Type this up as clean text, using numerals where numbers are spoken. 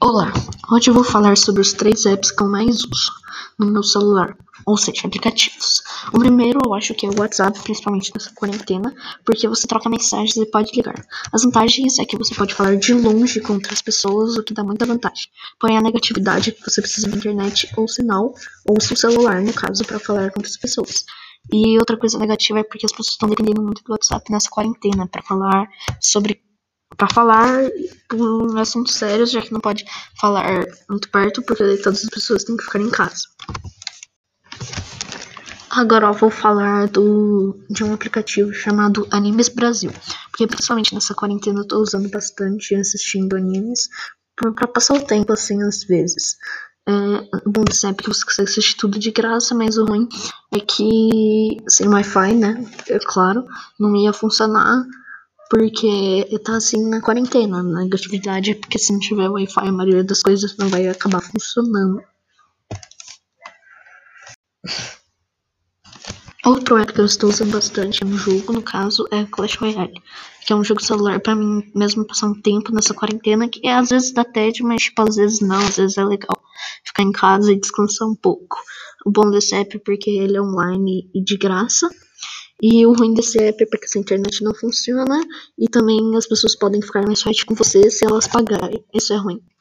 Olá, hoje eu vou falar sobre os 3 apps que eu mais uso no meu celular, ou seja, aplicativos. O primeiro eu acho que é o WhatsApp, principalmente nessa quarentena, porque você troca mensagens e pode ligar. As vantagens é que você pode falar de longe com outras pessoas, o que dá muita vantagem. Porém, a negatividade é que você precisa de internet ou sinal, ou seu celular, no caso, para falar com outras pessoas. E outra coisa negativa é porque as pessoas estão dependendo muito do WhatsApp nessa quarentena para falar por assuntos sérios, já que não pode falar muito perto, porque todas as pessoas têm que ficar em casa. Agora eu vou falar de um aplicativo chamado Animes Brasil, porque principalmente nessa quarentena eu tô usando bastante assistindo animes pra passar o tempo assim às vezes. O bom desse app é que você consegue assistir tudo de graça, mas o ruim é que sem Wi-Fi, né, é claro, não ia funcionar. Porque tá assim na quarentena. A negatividade é porque se não tiver Wi-Fi, a maioria das coisas não vai acabar funcionando. Outro app que eu estou usando bastante, um jogo no caso, é Clash Royale, que é um jogo celular pra mim mesmo passar um tempo nessa quarentena, que às vezes dá tédio, mas tipo, às vezes não, às vezes é legal ficar em casa e descansar um pouco. O bom desse app é porque ele é online e de graça. E o ruim desse app é porque essa internet não funciona e também as pessoas podem ficar mais fortes com você se elas pagarem. Isso é ruim.